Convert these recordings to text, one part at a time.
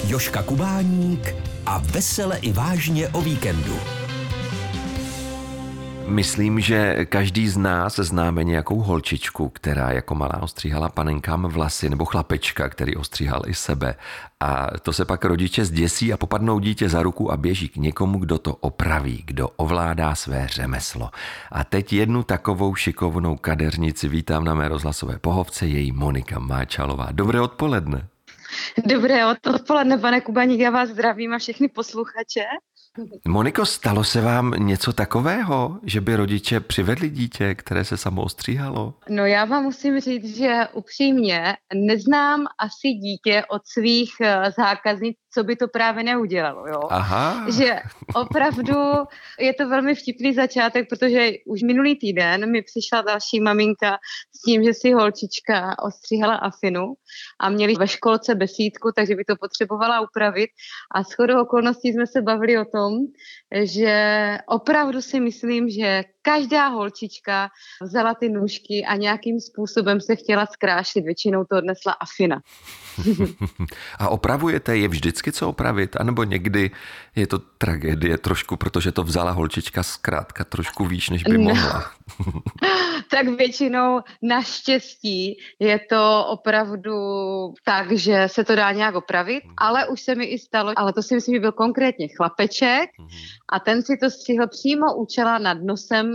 Jožka Kubáník a vesele i vážně o víkendu. Myslím, že každý z nás známe nějakou holčičku, která jako malá ostříhala panenkám vlasy, nebo chlapečka, který ostříhal i sebe. A to se pak rodiče zděsí a popadnou dítě za ruku a běží k někomu, kdo to opraví, kdo ovládá své řemeslo. A teď jednu takovou šikovnou kadeřnici vítám na mé rozhlasové pohovce, její Monika Máčalová. Dobré odpoledne. Dobré odpoledne, pane Kubáník, já vás zdravím a všechny posluchače. Moniko, stalo se vám něco takového, že by rodiče přivedli dítě, které se samo ostříhalo? No já vám musím říct, že upřímně neznám asi dítě od svých zákaznic, co by to právě neudělalo. Jo? Aha. Že opravdu je to velmi vtipný začátek, protože už minulý týden mi přišla další maminka s tím, že si holčička ostříhala afinu a měli ve školce besídku, takže by to potřebovala upravit a shodou okolností jsme se bavili o tom, že opravdu si myslím, že každá holčička vzala ty nůžky a nějakým způsobem se chtěla zkrášlit, většinou to odnesla afina. A opravujete je vždycky co opravit? A nebo někdy je to tragédie trošku, protože to vzala holčička zkrátka trošku výš, než by mohla? Tak většinou naštěstí je to opravdu tak, že se to dá nějak opravit, ale už se mi i stalo, ale to si myslím, že byl konkrétně chlapeček a ten si to střihl přímo u čela nad nosem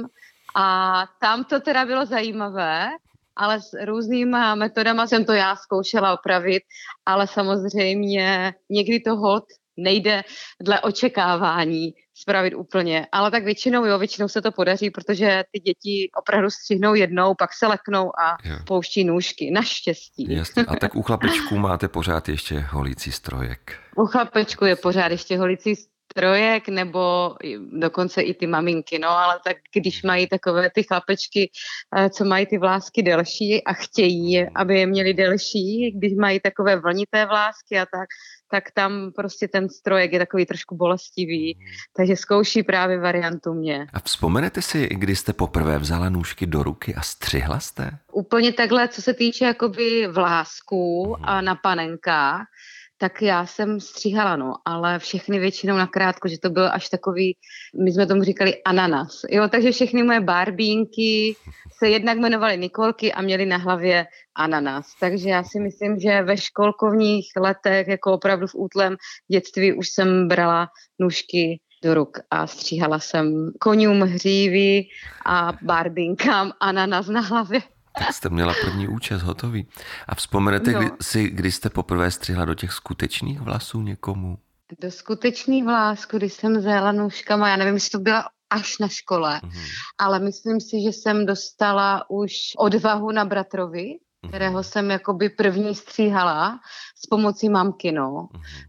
a tam to teda bylo zajímavé, ale s různýma metodama jsem to já zkoušela opravit, ale samozřejmě někdy to holt nejde dle očekávání spravit úplně, ale tak většinou se to podaří, protože ty děti opravdu střihnou jednou, pak se leknou a pouští nůžky, naštěstí. Jasně. A tak u chlapečků máte pořád ještě holící strojek. U chlapečku je pořád ještě holící strojek, nebo dokonce i ty maminky, no, ale tak když mají takové ty chlapečky, co mají ty vlásky delší a chtějí, aby je měli delší, když mají takové vlnité vlásky a tak tam prostě ten strojek je takový trošku bolestivý, takže zkouší právě variantu mě. A vzpomenete si, kdy jste poprvé vzala nůžky do ruky a střihla jste? Úplně takhle, co se týče jakoby vlásků a na panenkách, tak já jsem stříhala, no, ale všechny většinou nakrátko, že to byl až takový, my jsme tomu říkali ananas, jo, takže všechny moje barbínky se jednak jmenovaly Nikolky a měly na hlavě ananas, takže já si myslím, že ve školkovních letech, jako opravdu v útlém dětství už jsem brala nůžky do ruk a stříhala jsem koňům hřívy a barbínkám ananas na hlavě. Tak jste měla první účest, hotový. A vzpomenete si, kdy jste poprvé střihla do těch skutečných vlasů někomu? Do skutečných vlásků, když jsem zajela nůžkama, já nevím, jestli to byla až na škole, ale myslím si, že jsem dostala už odvahu na bratrovi, kterého jsem jakoby první stříhala s pomocí mamky, no.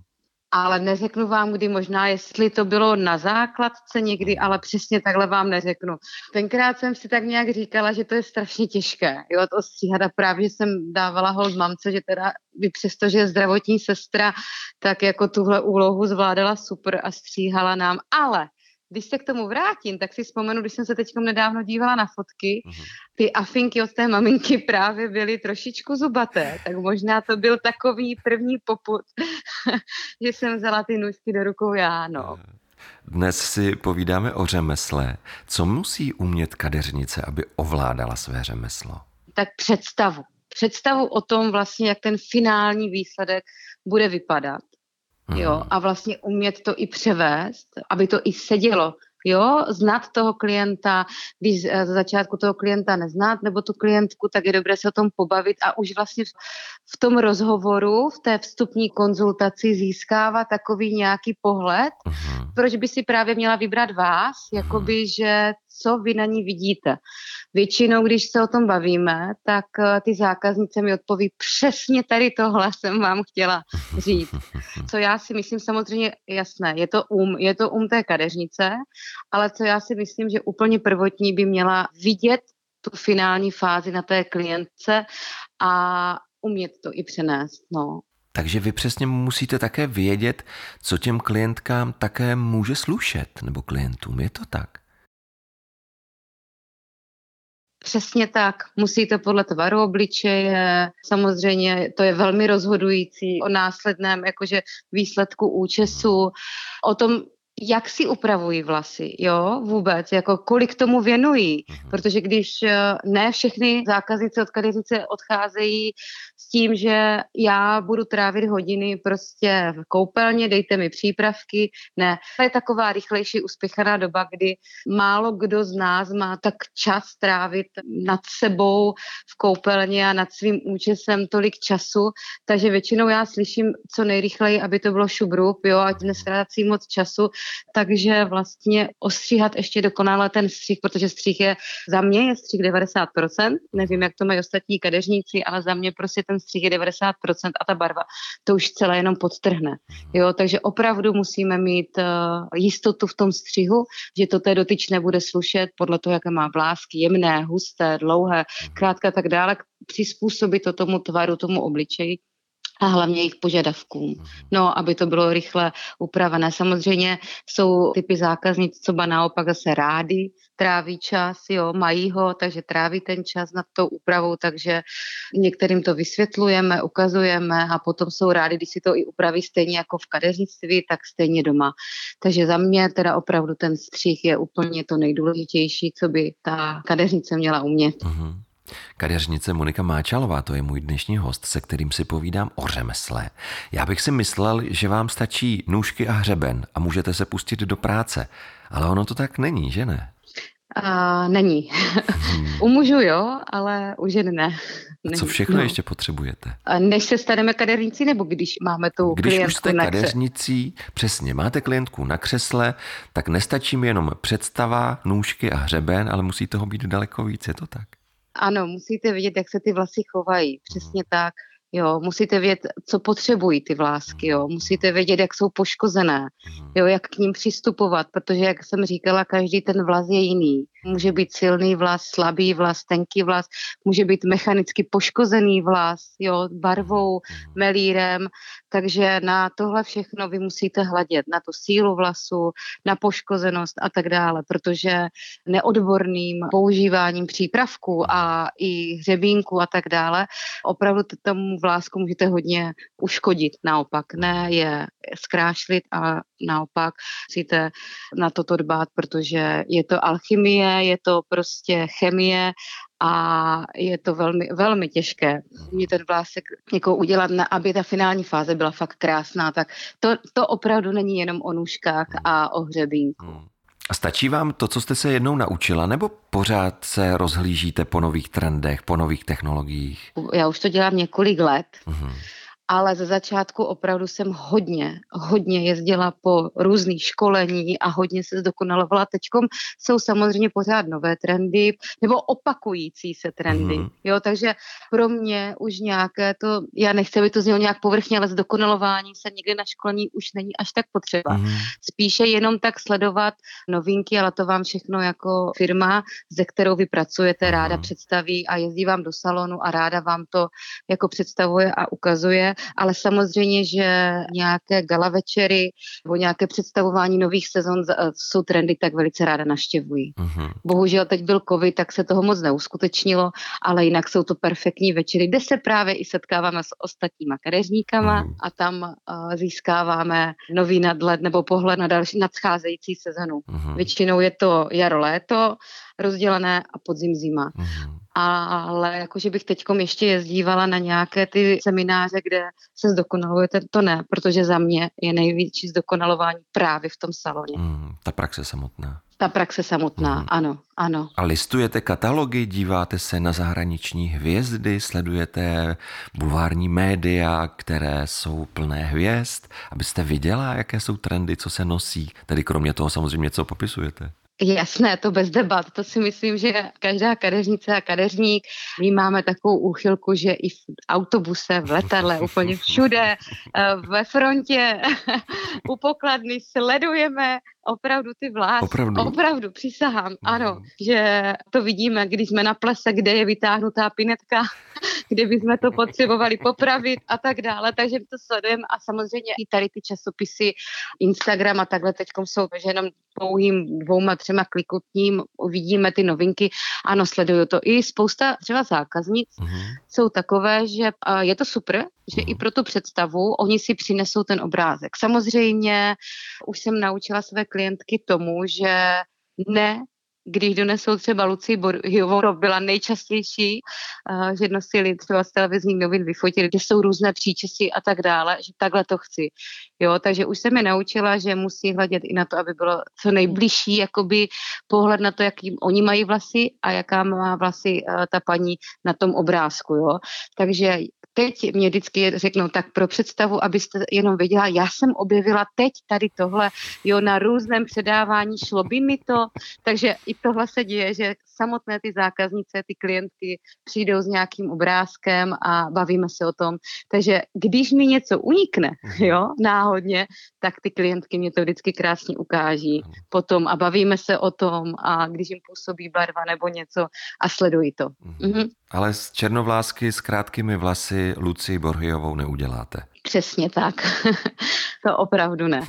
Ale neřeknu vám, kdy možná, jestli to bylo na základce někdy, ale přesně takhle vám neřeknu. Tenkrát jsem si tak nějak říkala, že to je strašně těžké, jo, to stříhat a právě jsem dávala hold mamce, že teda i přesto, že je zdravotní sestra, tak jako tuhle úlohu zvládala super a stříhala nám, ale když se k tomu vrátím, tak si vzpomenu, když jsem se teď nedávno dívala na fotky, ty afinky od té maminky právě byly trošičku zubaté, tak možná to byl takový první popud, že jsem vzala ty nůžky do rukou já, no. Dnes si povídáme o řemesle. Co musí umět kadeřnice, aby ovládala své řemeslo? Tak představu o tom vlastně, jak ten finální výsledek bude vypadat. Jo, a vlastně umět to i převést, aby to i sedělo. Jo, znát toho klienta, když z začátku toho klienta neznát, nebo tu klientku, tak je dobré se o tom pobavit a už vlastně v tom rozhovoru, v té vstupní konzultaci získává takový nějaký pohled, proč by si právě měla vybrat vás, jakoby, že co vy na ní vidíte. Většinou, když se o tom bavíme, tak ty zákaznice mi odpoví, přesně tady tohle jsem vám chtěla říct. Co já si myslím, samozřejmě jasné, je to té kadeřnice, ale co já si myslím, že úplně prvotní by měla vidět tu finální fázi na té klientce a umět to i přenést, no. Takže vy přesně musíte také vědět, co těm klientkám také může slušet, nebo klientům, je to tak? Přesně tak, musíte podle tvaru obličeje, samozřejmě to je velmi rozhodující o následném jakože výsledku účesu, o tom, jak si upravují vlasy, jo, vůbec, jako kolik tomu věnují, protože když ne všechny zákaznice od kadeřnice odcházejí s tím, že já budu trávit hodiny prostě v koupelně, dejte mi přípravky, ne. To je taková rychlejší uspěchaná doba, kdy málo kdo z nás má tak čas trávit nad sebou v koupelně a nad svým účesem tolik času, takže většinou já slyším co nejrychleji, aby to bylo šubrub, jo, ať neztrácí moc času. Takže vlastně ostříhat ještě dokonale ten střih, protože střih je, za mě je střih 90%, nevím, jak to mají ostatní kadeřníci, ale za mě prostě ten střih je 90% a ta barva to už celé jenom podtrhne. Jo, takže opravdu musíme mít jistotu v tom střihu, že to té dotyčné bude slušet podle toho, jaké má vlásky, jemné, husté, dlouhé, krátké a tak dále, přizpůsobit to tomu tvaru, tomu obličeji. A hlavně jejich požadavkům. No, aby to bylo rychle upravené. Samozřejmě jsou typy zákaznic, co ba naopak zase rádi tráví čas, jo, mají ho, takže tráví ten čas nad tou úpravou, takže některým to vysvětlujeme, ukazujeme a potom jsou rádi, když si to i upraví stejně jako v kadeřnictví, tak stejně doma. Takže za mě teda opravdu ten střih je úplně to nejdůležitější, co by ta kadeřnice měla umět. Kadeřnice Monika Máčalová, to je můj dnešní host, se kterým si povídám o řemesle. Já bych si myslel, že vám stačí nůžky a hřeben a můžete se pustit do práce, ale ono to tak není, že ne? Není. U mužů jo, ale u žen ne. A co všechno ještě potřebujete? Než se staneme kadeřnicí, nebo když máme tu klientku Když už jste kadeřnicí, přesně, máte klientku na křesle, tak nestačí mi jenom představa, nůžky a hřeben, ale musí toho být daleko víc, je to tak? Ano, musíte vědět, jak se ty vlasy chovají, přesně tak. Jo, musíte vědět, co potřebují ty vlásky, jo. Musíte vědět, jak jsou poškozené, jo, jak k ním přistupovat, protože, jak jsem říkala, každý ten vlas je jiný. Může být silný vlas, slabý vlas, tenký vlas, může být mechanicky poškozený vlas, jo, barvou, melírem, takže na tohle všechno vy musíte hledět, na tu sílu vlasu, na poškozenost a tak dále, protože neodborným používáním přípravků a i hřebínku a tak dále, opravdu tomu vlásku můžete hodně uškodit, naopak, ne je zkrášlit a naopak musíte na toto dbát, protože je to alchymie, je to prostě chemie a je to velmi, velmi těžké. Mě ten vlásek někoho udělat, aby ta finální fáze byla fakt krásná, tak to opravdu není jenom o nůžkách a o hřebínku. A stačí vám to, co jste se jednou naučila, nebo pořád se rozhlížíte po nových trendech, po nových technologiích? Já už to dělám několik let. Ale ze začátku opravdu jsem hodně jezdila po různých školení a hodně se zdokonalovala. Teďkom jsou samozřejmě pořád nové trendy nebo opakující se trendy. Jo, takže pro mě už nějaké to, já nechci, aby to znělo nějak povrchně, ale zdokonalování se někde na školení už není až tak potřeba. Spíše jenom tak sledovat novinky, ale to vám všechno jako firma, ze kterou vy pracujete, ráda představí a jezdí vám do salonu a ráda vám to jako představuje a ukazuje. Ale samozřejmě, že nějaké gala večery nebo nějaké představování nových sezon, jsou trendy, tak velice ráda navštěvují. Bohužel teď byl covid, tak se toho moc neuskutečnilo, ale jinak jsou to perfektní večery, kde se právě i setkáváme s ostatníma kadeřníkama a tam získáváme nový nadhled nebo pohled na další nadcházející sezonu. Většinou je to jaro-léto rozdělené a podzim-zima. Ale jakože bych teďkom ještě jezdívala na nějaké ty semináře, kde se zdokonaluje, to ne, protože za mě je největší zdokonalování právě v tom saloně. Ta praxe samotná. Ta praxe samotná, ano. A listujete katalogy, díváte se na zahraniční hvězdy, sledujete bulvární média, které jsou plné hvězd, abyste viděla, jaké jsou trendy, co se nosí, tedy kromě toho samozřejmě, co popisujete. Jasné, to bez debat. To si myslím, že každá kadeřnice a kadeřník, my máme takovou úchylku, že i v autobuse, v letadle, úplně všude, ve frontě, u pokladny sledujeme opravdu ty vlásky. Opravdu? Opravdu, přísahám, ano, že to vidíme, když jsme na plese, kde je vytáhnutá pinetka, kde bychom to potřebovali popravit a tak dále, takže to sledujeme a samozřejmě i tady ty časopisy, Instagram a takhle teďkom jsou, že jenom pouhým 2-3 kliknutím uvidíme ty novinky. Ano, sleduju to. I spousta třeba zákaznic jsou takové, že je to super, že i pro tu představu oni si přinesou ten obrázek. Samozřejmě už jsem naučila své klientky tomu, že ne, když donesou třeba Lucii Borhyovou, to byla nejčastější, že nosili třeba z televizních novin vyfotili, kde jsou různé příčesy a tak dále, že takhle to chci. Jo, takže už jsem je naučila, že musí hledět i na to, aby bylo co nejbližší jakoby pohled na to, jaký oni mají vlasy a jaká má vlasy ta paní na tom obrázku. Jo. Takže teď mě vždycky řeknou, tak pro představu, abyste jenom věděla, já jsem objevila teď tady tohle, jo, na různém předávání, šlo by mi to, takže i tohle se děje, že samotné ty zákaznice, ty klientky přijdou s nějakým obrázkem a bavíme se o tom. Takže když mi něco unikne, jo, náhodně, tak ty klientky mě to vždycky krásně ukáží potom a bavíme se o tom a když jim působí barva nebo něco a sledují to. Ale z černovlásky s krátkými vlasy Lucii Borhyovou neuděláte. Přesně tak. To opravdu ne.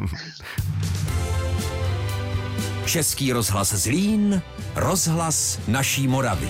Český rozhlas Zlín, rozhlas naší Moravy.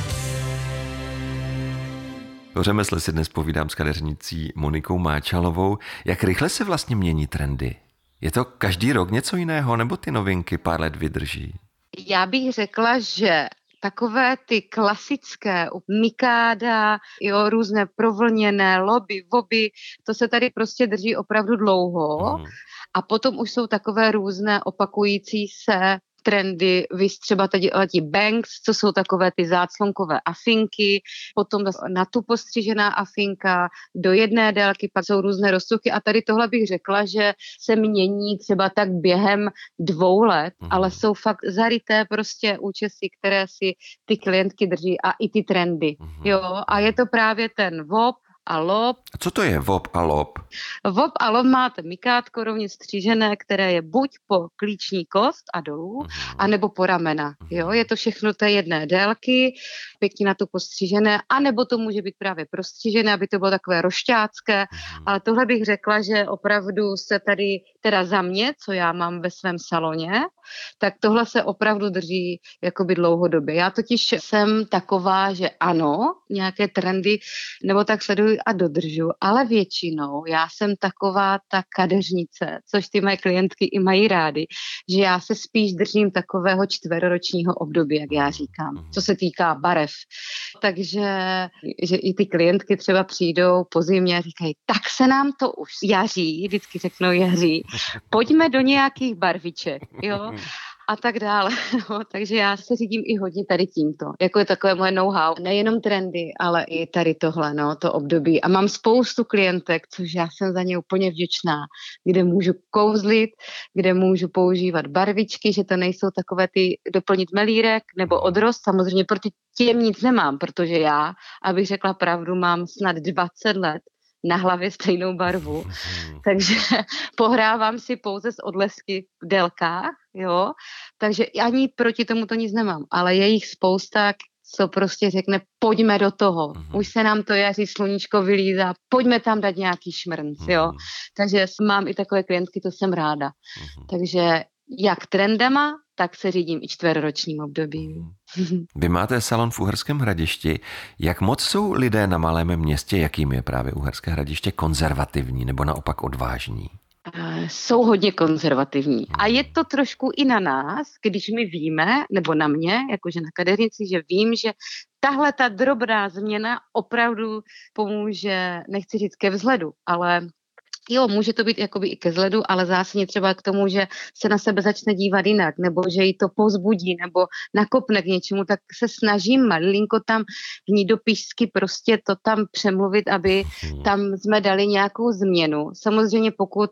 O řemesle si dnes povídám s kadeřnicí Monikou Máčalovou. Jak rychle se vlastně mění trendy? Je to každý rok něco jiného, nebo ty novinky pár let vydrží? Já bych řekla, že takové ty klasické mikáda, jo, různé provlněné loby, voby, to se tady prostě drží opravdu dlouho. A potom už jsou takové různé opakující se trendy, víš, třeba tady letí bangs, co jsou takové ty záclonkové afinky, potom na tu postřižená afinka, do jedné délky, pak jsou různé rozsuchy a tady tohle bych řekla, že se mění třeba tak během 2 let, ale jsou fakt zaryté prostě účesy, které si ty klientky drží a i ty trendy, jo, a je to právě ten VOB a lob. Co to je VOB a lob? VOB a lob máte mikátko rovně střížené, které je buď po klíční kost a dolů, anebo po ramena. Jo? Je to všechno té jedné délky, pěkně na to postřížené, anebo to může být právě prostřížené, aby to bylo takové rošťácké, ale tohle bych řekla, že opravdu se tady, teda za mě, co já mám ve svém saloně, tak tohle se opravdu drží jakoby dlouhodobě. Já totiž jsem taková, že ano, nějaké trendy, nebo tak sleduju a dodržu, ale většinou já jsem taková ta kadeřnice, což ty moje klientky i mají rády, že já se spíš držím takového 4ročního období, jak já říkám, co se týká barev. Takže že i ty klientky třeba přijdou po zimě a říkají, tak se nám to už jaří, vždycky řeknou jaří, pojďme do nějakých barviček, jo, a tak dále. No, takže já se řídím i hodně tady tímto. Jako je takové moje know-how. Nejenom trendy, ale i tady tohle, no, to období. A mám spoustu klientek, což já jsem za ně úplně vděčná, kde můžu kouzlit, kde můžu používat barvičky, že to nejsou takové ty doplnit melírek nebo odrost. Samozřejmě proti těm nic nemám, protože já, abych řekla pravdu, mám snad 20 let na hlavě stejnou barvu. Takže pohrávám si pouze s odlesky v délkách, jo. Takže ani proti tomu to nic nemám. Ale je jich spousta, co prostě řekne, pojďme do toho. Už se nám to jaří, sluníčko vylízá, pojďme tam dát nějaký šmrnc, jo. Takže mám i takové klientky, to jsem ráda. Takže jak trendama, tak se řídím i 4ročním obdobím. Vy máte salon v Uherském Hradišti. Jak moc jsou lidé na malém městě, jakým je právě Uherské Hradiště, konzervativní nebo naopak odvážní? Jsou hodně konzervativní. A je to trošku i na nás, když my víme, nebo na mě, jakože na kadeřnici, že vím, že tahle ta drobná změna opravdu pomůže, nechci říct ke vzhledu, ale jo, může to být jakoby i ke vzhledu, ale zásadně třeba k tomu, že se na sebe začne dívat jinak, nebo že jí to povzbudí, nebo nakopne k něčemu, tak se snažím malinko tam v ní do píšsky prostě to tam přemluvit, aby tam jsme dali nějakou změnu. Samozřejmě pokud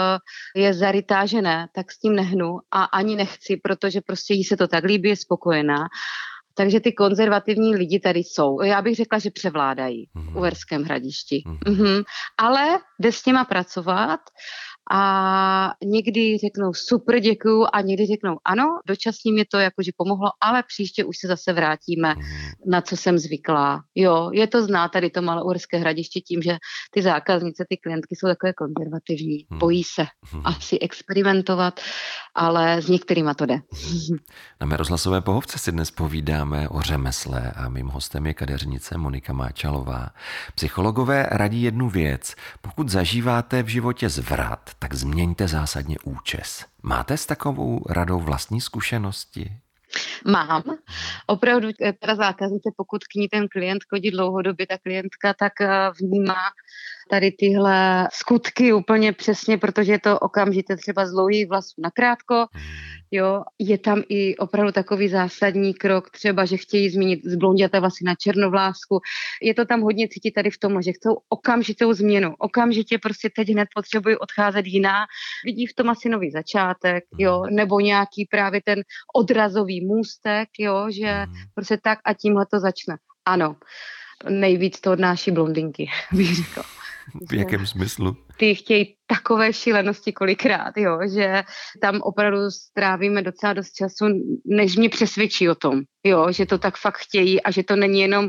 je zarytá, že ne, tak s tím nehnu a ani nechci, protože prostě jí se to tak líbí, je spokojená. Takže ty konzervativní lidi tady jsou. Já bych řekla, že převládají v Uherském Hradišti. Ale jde s těma pracovat a někdy řeknou super, děkuju a někdy řeknou ano, dočasně mi to jakože pomohlo, ale příště už se zase vrátíme, na co jsem zvyklá. Jo, je to zná tady to Malouherské Hradiště tím, že ty zákaznice, ty klientky jsou takové konzervativní, bojí se asi experimentovat, ale s některýma to jde. Na mé rozhlasové pohovce si dnes povídáme o řemesle a mým hostem je kadeřnice Monika Máčalová. Psychologové radí jednu věc. Pokud zažíváte v životě zvrat, tak změňte zásadně účes. Máte s takovou radou vlastní zkušenosti? Mám. Opravdu teda zákaznice, pokud k ní ten klient chodí dlouhodobě, ta klientka, tak vnímá tady tyhle skutky úplně přesně, protože je to okamžitě třeba z dlouhých vlasů na krátko. Jo, je tam i opravdu takový zásadní krok, třeba, že chtějí změnit z blonděté vlasy na černovlásku. Je to tam hodně cítit tady v tom, že chcou okamžitou změnu. Okamžitě prostě teď hned potřebují odcházet jiná. Vidí v tom asi nový začátek, jo, nebo nějaký právě ten odrazový můstek, jo, že prostě tak a tímhle to začne. Ano, nejvíc to odnáší blondinky, bych řekla. V jakém smyslu? Ty chtějí takové šílenosti kolikrát, jo, že tam opravdu strávíme docela dost času, než mě přesvědčí o tom, jo, že to tak fakt chtějí a že to není jenom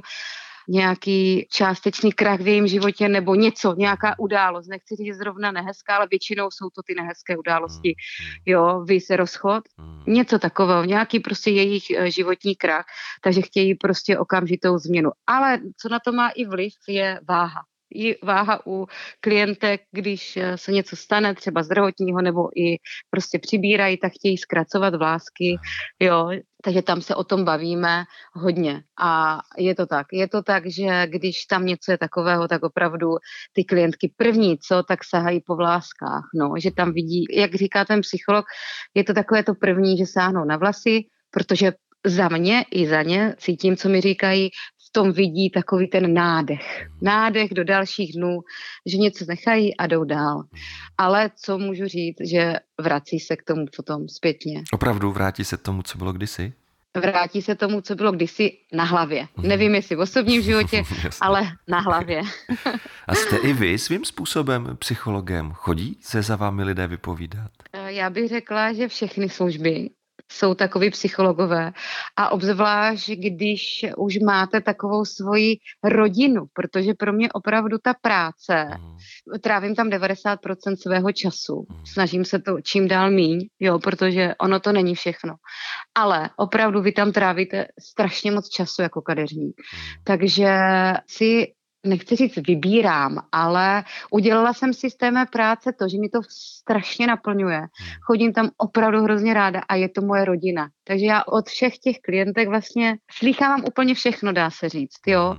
nějaký částečný krach v jejím životě nebo něco, nějaká událost. Nechci říct zrovna nehezká, ale většinou jsou to ty nehezké události. Jo, se rozchod, něco takového, nějaký prostě jejich životní krach, takže chtějí prostě okamžitou změnu. Ale co na to má i vliv, je váha. I váha u klientek, když se něco stane, třeba zdravotního, nebo i prostě přibírají, tak chtějí zkracovat vlásky, jo, takže tam se o tom bavíme hodně a je to tak. Je to tak, že když tam něco je takového, tak opravdu ty klientky první, co, tak sahají po vláskách, no, že tam vidí, jak říká ten psycholog, je to takové to první, že sáhnou na vlasy, protože za mě i za ně cítím, co mi říkají, v tom vidí takový ten nádech. Nádech do dalších dnů, že něco nechají a jdou dál. Ale co můžu říct, že vrací se k tomu potom zpětně. Opravdu vrátí se k tomu, co bylo kdysi? Vrátí se tomu, co bylo kdysi na hlavě. Nevím, jestli v osobním životě, ale na hlavě. A jste i vy svým způsobem psychologem? Chodí se za vámi lidé vypovídat? Já bych řekla, že všechny služby jsou takoví psychologové a obzvlášť, když už máte takovou svoji rodinu, protože pro mě opravdu ta práce, trávím tam 90% svého času, snažím se to čím dál míň, jo, protože ono to není všechno, ale opravdu vy tam trávíte strašně moc času jako kadeřník, takže si nechci říct vybírám, ale udělala jsem si z té mé práce to, že mi to strašně naplňuje. Chodím tam opravdu hrozně ráda a je to moje rodina. Takže já od všech těch klientek vlastně slýchávám úplně všechno, dá se říct, jo.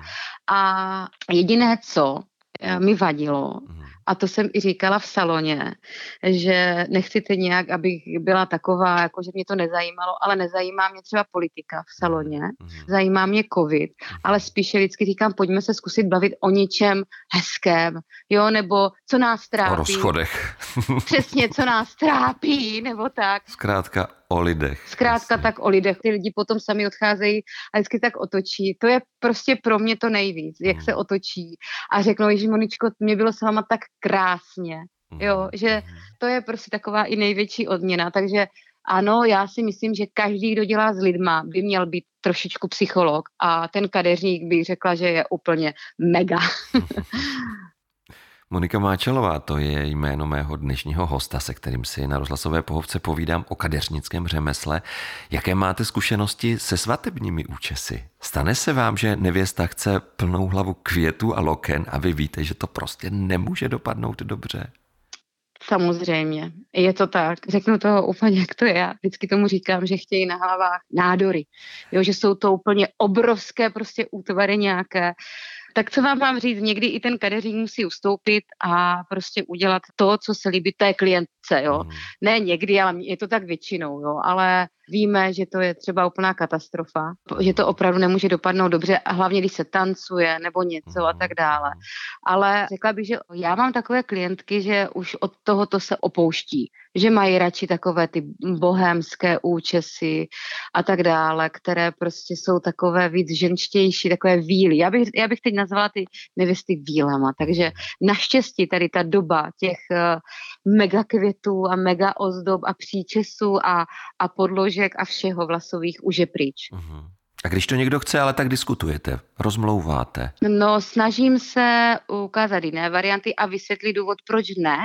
A jediné, co mi vadilo, a to jsem i říkala v saloně, že nechcete nějak, abych byla taková, jako že mě to nezajímalo, ale nezajímá mě třeba politika v saloně, zajímá mě covid, ale spíše vždycky říkám, pojďme se zkusit bavit o něčem hezkém, jo, nebo co nás trápí. O rozchodech. Přesně, co nás trápí, nebo tak. Zkrátka o lidech. Zkrátka jasně. Tak o lidech. Ty lidi potom sami odcházejí a vždycky tak otočí. To je prostě pro mě to nejvíc, jak se otočí a řeknou, Ježí Moničko, mě bylo s váma tak krásně, jo, že to je prostě taková i největší odměna, takže ano, já si myslím, že každý, kdo dělá s lidma, by měl být trošičku psycholog a ten kadeřník bych řekla, že je úplně mega. Monika Máčalová, to je jméno mého dnešního hosta, se kterým si na rozhlasové pohovce povídám o kadeřnickém řemesle. Jaké máte zkušenosti se svatebními účesy? Stane se vám, že nevěsta chce plnou hlavu květů a loken a vy víte, že to prostě nemůže dopadnout dobře? Samozřejmě, je to tak. Řeknu to úplně, jak to je. Já vždycky tomu říkám, že chtějí na hlavách nádory. Jo, že jsou to úplně obrovské prostě útvary nějaké. Tak co vám mám říct, někdy i ten kadeřník musí ustoupit a prostě udělat to, co se líbí té klientce, jo. Ne někdy, ale je to tak většinou, jo, ale víme, že to je třeba úplná katastrofa, že to opravdu nemůže dopadnout dobře a hlavně, když se tancuje nebo něco a tak dále. Ale řekla bych, že já mám takové klientky, že už od tohoto se opouští, že mají radši takové ty bohémské účesy a tak dále, které prostě jsou takové víc ženštější, takové víly. Já bych teď nazvala ty nevěsty vílema, takže naštěstí tady ta doba těch mega květů a mega ozdob a příčesů a podložek a všeho vlasových už je pryč. A když to někdo chce, ale tak diskutujete, rozmlouváte. No, snažím se ukázat jiné varianty a vysvětlit důvod, proč ne.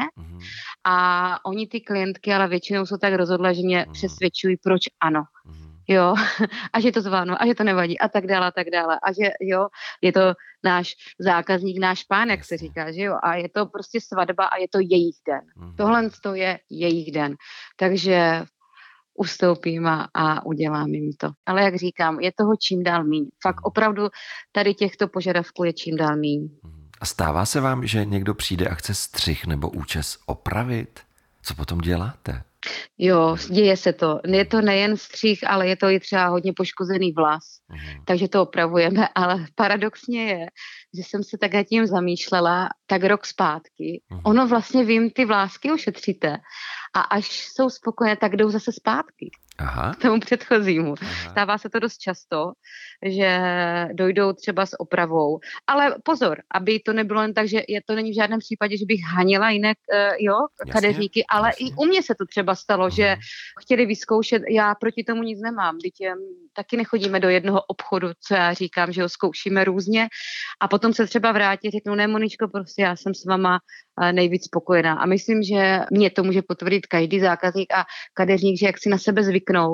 A oni ty klientky, ale většinou jsou tak rozhodlé, že mě přesvědčují, proč ano. Jo, a že to zvládnu, a že to nevadí, a tak dále, a tak dále. A že jo, je to náš zákazník, náš pán, jak se říká, že jo. A je to prostě svatba a je to jejich den. Tohle to je jejich den. Takže ustoupím a udělám jim to. Ale jak říkám, je toho čím dál míň. Fakt opravdu tady těchto požadavků je čím dál míň. A stává se vám, že někdo přijde a chce střih nebo účes opravit? Co potom děláte? Jo, děje se to. Je to nejen střih, ale je to i třeba hodně poškozený vlas. Takže to opravujeme, ale paradoxně je, že jsem se tak nad tím zamýšlela tak rok zpátky. Ono vlastně vím, ty vlásky ušetříte a až jsou spokojené, tak jdou zase zpátky. K tomu předchozímu. Stává se to dost často, že dojdou třeba s opravou. Ale pozor, aby to nebylo jen tak, že to není v žádném případě, že bych hanila jiné kadeřníky, ale jasně. I u mě se to třeba stalo, že chtěli vyzkoušet, já proti tomu nic nemám. Vždyť taky nechodíme do jednoho obchodu, co já říkám, že ho zkoušíme různě a potom se třeba vrátí, řeknou, ne Moničko, prostě já jsem s váma nejvíc spokojená. A myslím, že mě to může potvrdit každý zákazník a kadeřník, že jak si na sebe zvyknou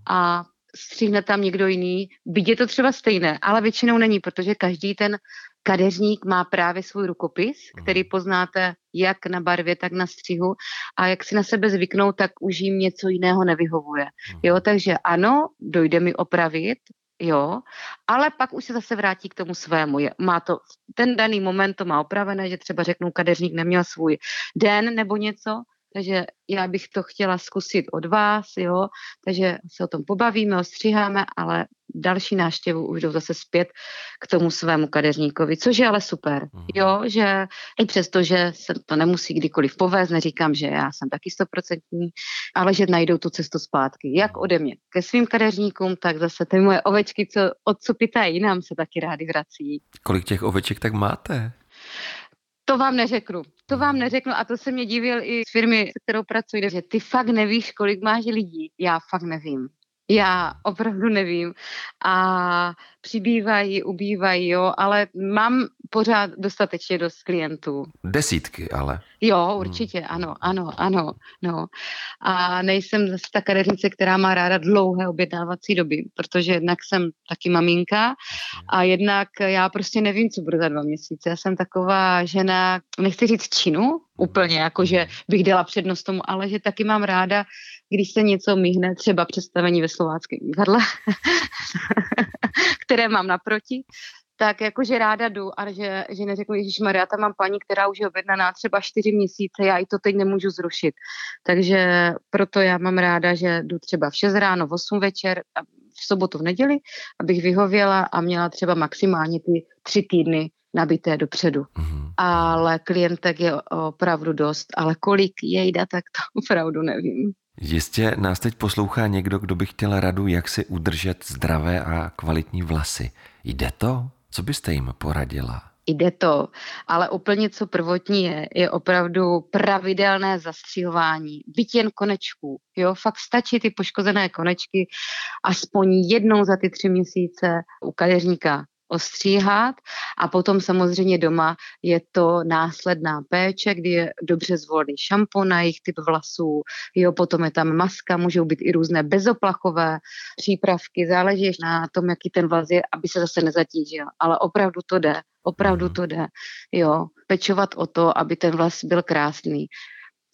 a stříhne tam někdo jiný, byť je to třeba stejné, ale většinou není, protože každý ten kadeřník má právě svůj rukopis, který poznáte jak na barvě, tak na střihu a jak si na sebe zvyknou, tak už jim něco jiného nevyhovuje. Jo, takže ano, dojde mi opravit, jo, ale pak už se zase vrátí k tomu svému. Má to ten daný moment to má opravené, že třeba řeknou, kadeřník neměl svůj den nebo něco, takže já bych to chtěla zkusit od vás, jo, takže se o tom pobavíme, ostříháme, ale další návštěvu už jdou zase zpět k tomu svému kadeřníkovi, což je ale super, jo, že i přesto, že se to nemusí kdykoliv povést, neříkám, že já jsem taky 100%, ale že najdou tu cestu zpátky, jak ode mě ke svým kadeřníkům, tak zase ty moje ovečky, co odsupitají jinam, se taky rády vrací. Kolik těch oveček tak máte? To vám neřeknu a to se mě divil i z firmy, s kterou pracuji, že ty fakt nevíš, kolik máš lidí. Já fakt nevím. Já opravdu nevím. A přibývají, ubývají, jo, ale mám pořád dostatečně dost klientů. Desítky, ale. Jo, určitě, ano. No. A nejsem zase ta kadeřnice, která má ráda dlouhé objednávací doby, protože jednak jsem taky maminka a jednak já prostě nevím, co bude za 2 měsíce. Já jsem taková žena, nechci říct činu, úplně, jakože bych dala přednost tomu, ale že taky mám ráda, když se něco myhne, třeba představení ve Slováckém divadle, které mám naproti, tak jakože ráda jdu a že neřeknu, ježišmarja, tam mám paní, která už je objednaná třeba 4 měsíce, já i to teď nemůžu zrušit. Takže proto já mám ráda, že jdu třeba v 6 ráno, v 8 večer, v sobotu, v neděli, abych vyhověla a měla třeba maximálně ty 3 týdny nabité dopředu. Ale klientek je opravdu dost, ale kolik jejda, tak to opravdu nevím. Jistě nás teď poslouchá někdo, kdo by chtěl radu, jak si udržet zdravé a kvalitní vlasy. Jde to? Co byste jim poradila? Jde to, ale úplně co prvotní je opravdu pravidelné zastřihování, byť jen konečků. Jo, fakt stačí ty poškozené konečky aspoň jednou za ty 3 měsíce u kadeřníka ostříhat a potom samozřejmě doma je to následná péče, kdy je dobře zvolený šampon na jejich typ vlasů, jo, potom je tam maska, můžou být i různé bezoplachové přípravky, záleží na tom, jaký ten vlas je, aby se zase nezatížil, ale opravdu to jde, jo, pečovat o to, aby ten vlas byl krásný.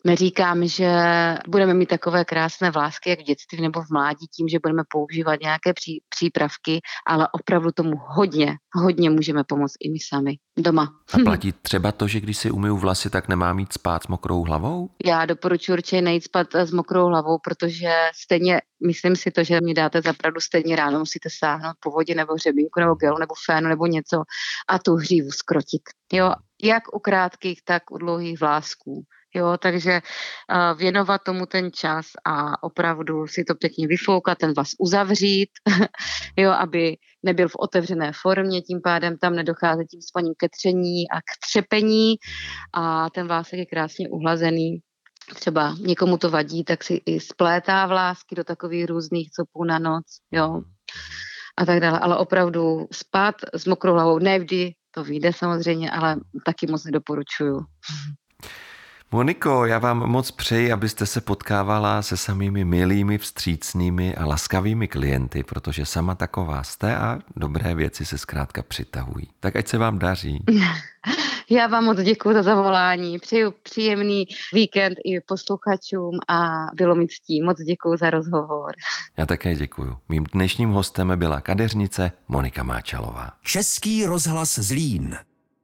Neříkám, že budeme mít takové krásné vlásky, jak v dětství nebo v mládí, tím, že budeme používat nějaké přípravky, ale opravdu tomu hodně můžeme pomoct i my sami doma. A platí třeba to, že když si umyju vlasy, tak nemám jít spát s mokrou hlavou? Já doporučuji určitě nejít spát s mokrou hlavou, protože stejně, myslím si to, že mi dáte zapravdu, stejně ráno musíte sáhnout po vodě nebo hřebínku nebo gelu nebo fénu nebo něco a tu hřívu zkrotit. Jo, jak u krátkých, tak u dlouhých vlásků. Jo, takže věnovat tomu ten čas a opravdu si to pěkně vyfoukat, ten vlas uzavřít, jo, aby nebyl v otevřené formě, tím pádem tam nedochází tím spaním ke tření a k třepení a ten vlásek je krásně uhlazený. Třeba někomu to vadí, tak si i splétá vlásky do takových různých copů na noc, jo, a tak dále. Ale opravdu spát s mokrou hlavou, ne vždy to vyjde samozřejmě, ale taky moc nedoporučuju. Moniko, já vám moc přeji, abyste se potkávala se samými milými, vstřícnými a laskavými klienty, protože sama taková jste a dobré věci se zkrátka přitahují. Tak ať se vám daří. Já vám moc děkuji za zavolání, přeju příjemný víkend i posluchačům a bylo mi ctí. Moc děkuji za rozhovor. Já také děkuji. Mým dnešním hostem byla kadeřnice Monika Máčalová. Český rozhlas Zlín.